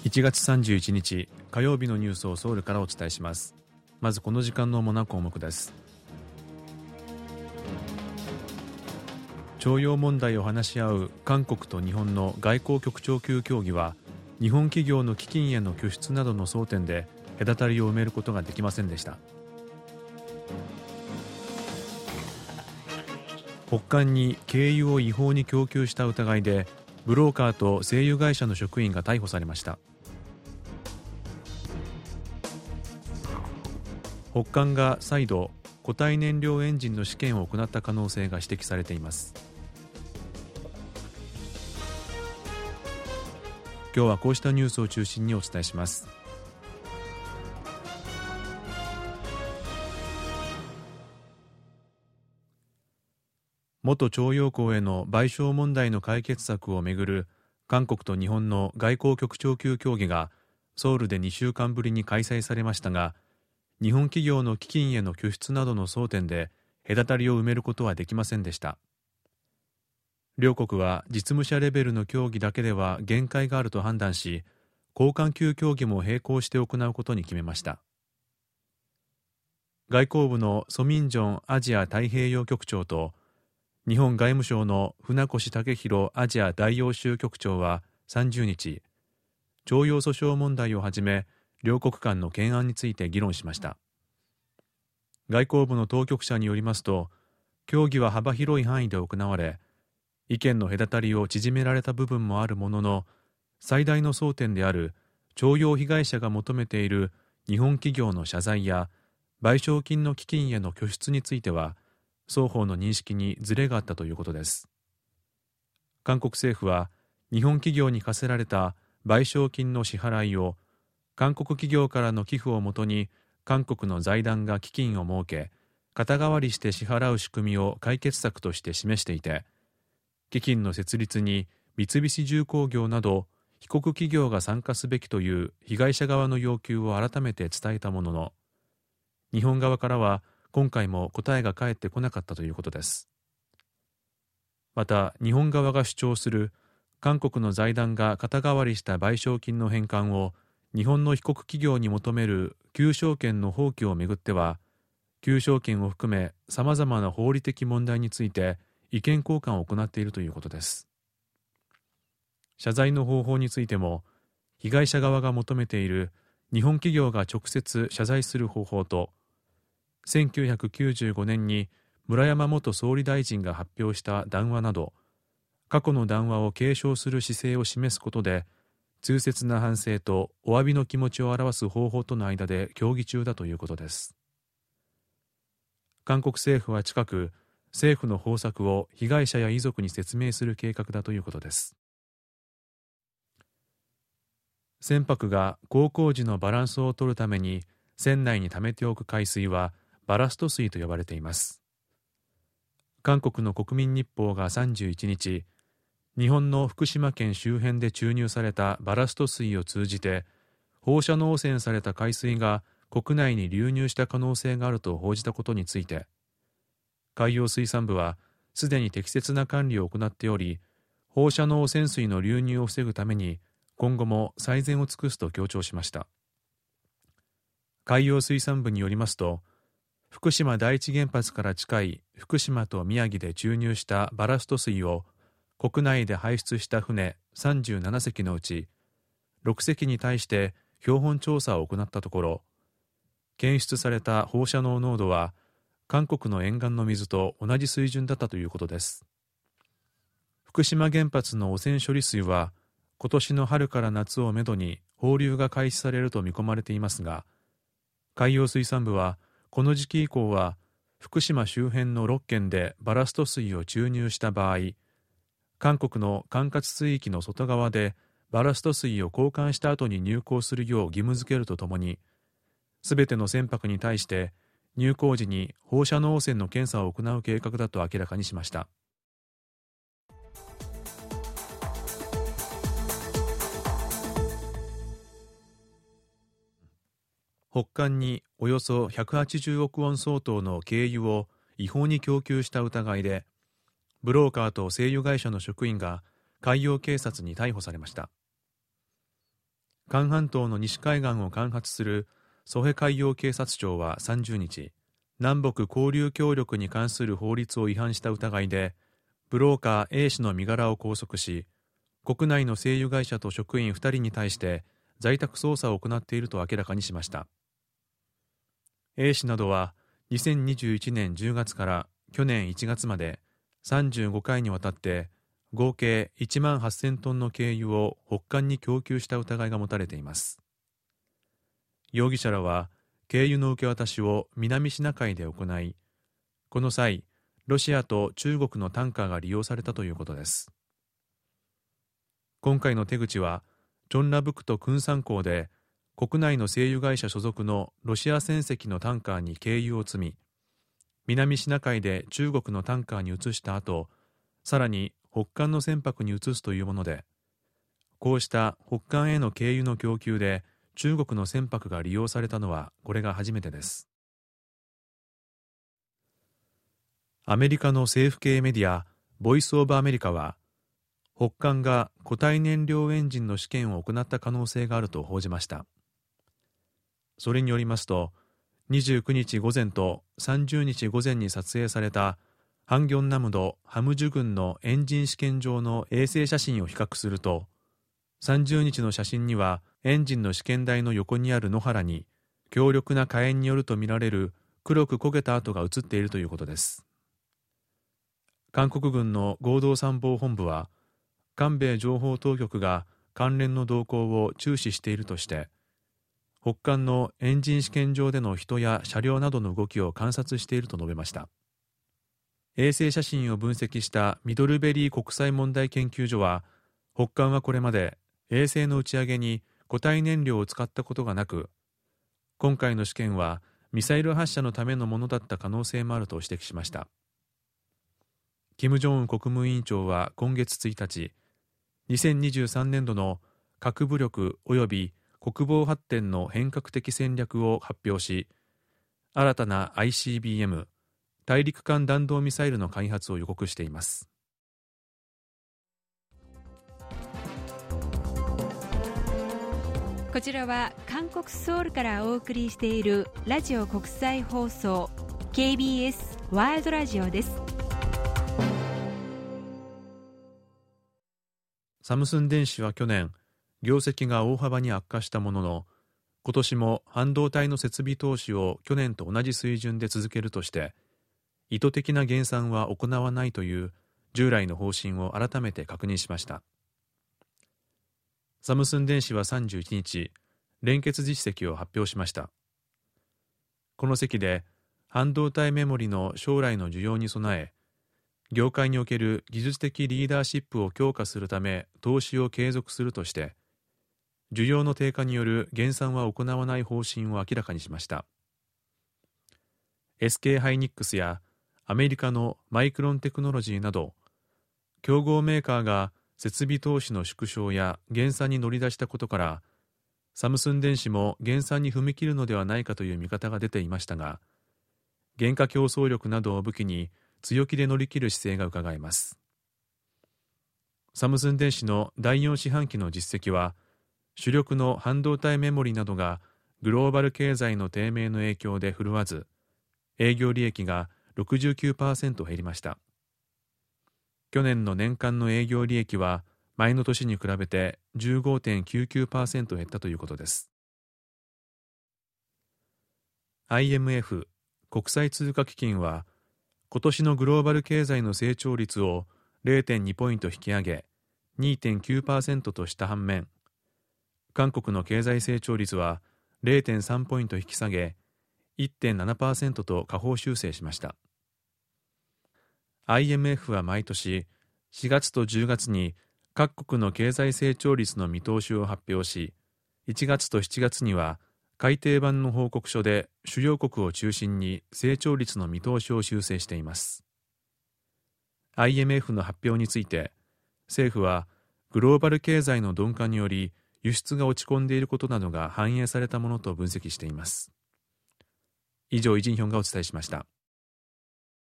1月31日火曜日のニュースをソウルからお伝えします。まずこの時間の主な項目です。徴用問題を話し合う韓国と日本の外交局長級協議は、日本企業の基金への拠出などの争点で隔たりを埋めることができませんでした。北韓に軽油を違法に供給した疑いでブローカーと製油会社の職員が逮捕されました。北韓が再度固体燃料エンジンの試験を行った可能性が指摘されています。今日はこうしたニュースを中心にお伝えします。元徴用工への賠償問題の解決策をめぐる韓国と日本の外交局長級協議がソウルで2週間ぶりに開催されましたが、日本企業の基金への拠出などの争点で隔たりを埋めることはできませんでした。両国は実務者レベルの協議だけでは限界があると判断し、高官級協議も並行して行うことに決めました。外交部のソ・ミンジョンアジア太平洋局長と日本外務省の船越健裕アジア大洋州局長は30日、徴用訴訟問題をはじめ両国間の懸案について議論しました。外交部の当局者によりますと、協議は幅広い範囲で行われ、意見の隔たりを縮められた部分もあるものの、最大の争点である徴用被害者が求めている日本企業の謝罪や賠償金の基金への拠出については、双方の認識にズレがあったということです。韓国政府は、日本企業に課せられた賠償金の支払いを韓国企業からの寄付をもとに韓国の財団が基金を設け、肩代わりして支払う仕組みを解決策として示していて、基金の設立に三菱重工業など被告企業が参加すべきという被害者側の要求を改めて伝えたものの、日本側からは今回も答えが返ってこなかったということです。また、日本側が主張する韓国の財団が肩代わりした賠償金の返還を日本の被告企業に求める求償権の放棄をめぐっては、求償権を含めさまざまな法理的問題について意見交換を行っているということです。謝罪の方法についても、被害者側が求めている日本企業が直接謝罪する方法と、1995年に村山元総理大臣が発表した談話など、過去の談話を継承する姿勢を示すことで、痛切な反省とお詫びの気持ちを表す方法との間で協議中だということです。韓国政府は近く、政府の方策を被害者や遺族に説明する計画だということです。船舶が航行時のバランスを取るために船内に溜めておく海水はバラスト水と呼ばれています。韓国の国民日報が31日、日本の福島県周辺で注入されたバラスト水を通じて放射能汚染された海水が国内に流入した可能性があると報じたことについて、海洋水産部はすでに適切な管理を行っており、放射能汚染水の流入を防ぐために今後も最善を尽くすと強調しました。海洋水産部によりますと、福島第一原発から近い福島と宮城で注入したバラスト水を国内で排出した船37隻のうち6隻に対して標本調査を行ったところ、検出された放射能濃度は韓国の沿岸の水と同じ水準だったということです。福島原発の汚染処理水は今年の春から夏をめどに放流が開始されると見込まれていますが、海洋水産部はこの時期以降は福島周辺の6県でバラスト水を注入した場合、韓国の管轄水域の外側でバラスト水を交換した後に入港するよう義務付けるとともに、すべての船舶に対して入港時に放射能汚染の検査を行う計画だと明らかにしました。北韓におよそ180億ウォン相当の軽油を違法に供給した疑いで、ブローカーと製油会社の職員が海洋警察に逮捕されました。 韓半島の西海岸を管轄するソヘ海洋警察庁は30日、南北交流協力に関する法律を違反した疑いで、ブローカー A 氏の身柄を拘束し、国内の製油会社と職員2人に対して在宅捜査を行っていると明らかにしました。A 氏などは2021年10月から去年1月まで35回にわたって合計1万8000トンの軽油を北韓に供給した疑いが持たれています。容疑者らは軽油の受け渡しを南シナ海で行い、この際ロシアと中国のタンカーが利用されたということです。今回の手口はチョンラブクとクンサン港で国内の製油会社所属のロシア船籍のタンカーに軽油を積み、南シナ海で中国のタンカーに移した後、さらに北韓の船舶に移すというもので、こうした北韓への軽油の供給で中国の船舶が利用されたのはこれが初めてです。アメリカの政府系メディアボイス・オブ・アメリカは、北韓が固体燃料エンジンの試験を行った可能性があると報じました。それによりますと、29日午前と30日午前に撮影されたハンギョンナムドハムジュ郡のエンジン試験場の衛星写真を比較すると、30日の写真にはエンジンの試験台の横にある野原に強力な火炎によるとみられる黒く焦げた跡が映っているということです。韓国軍の合同参謀本部は、韓米情報当局が関連の動向を注視しているとして、北韓のエンジン試験場での人や車両などの動きを観察していると述べました。衛星写真を分析したミドルベリー国際問題研究所は、北韓はこれまで衛星の打ち上げに固体燃料を使ったことがなく、今回の試験はミサイル発射のためのものだった可能性もあると指摘しました。金正恩国務委員長は今月1日、2023年度の核武力及び国防発展の変革的戦略を発表し、新たな ICBM 大陸間弾道ミサイルの開発を予告しています。 こちらは韓国ソウルからお送りしているラジオ国際放送 KBS ワールドラジオです。 サムスン電子は去年、業績が大幅に悪化したものの、今年も半導体の設備投資を去年と同じ水準で続けるとして、意図的な減産は行わないという従来の方針を改めて確認しました。サムスン電子は31日、連結実績を発表しました。この席で、半導体メモリの将来の需要に備え、業界における技術的リーダーシップを強化するため投資を継続するとして、需要の低下による減産は行わない方針を明らかにしました。SK ハイニックスやアメリカのマイクロンテクノロジーなど、競合メーカーが設備投資の縮小や減産に乗り出したことから、サムスン電子も減産に踏み切るのではないかという見方が出ていましたが、原価競争力などを武器に強気で乗り切る姿勢がうかがえます。サムスン電子の第4四半期の実績は、主力の半導体メモリなどがグローバル経済の低迷の影響で振るわず、営業利益が 69% 減りました。去年の年間の営業利益は前の年に比べて 15.99% 減ったということです。IMF 国際通貨基金は、今年のグローバル経済の成長率を 0.2 ポイント引き上げ 2.9% とした反面、韓国の経済成長率は 0.3 ポイント引き下げ 1.7% と下方修正しました。IMF は毎年4月と10月に各国の経済成長率の見通しを発表し、1月と7月には改訂版の報告書で主要国を中心に成長率の見通しを修正しています。IMF の発表について、政府はグローバル経済の鈍化により輸出が落ち込んでいることなどが反映されたものと分析しています。以上、イ・ジンヒョンがお伝えしました。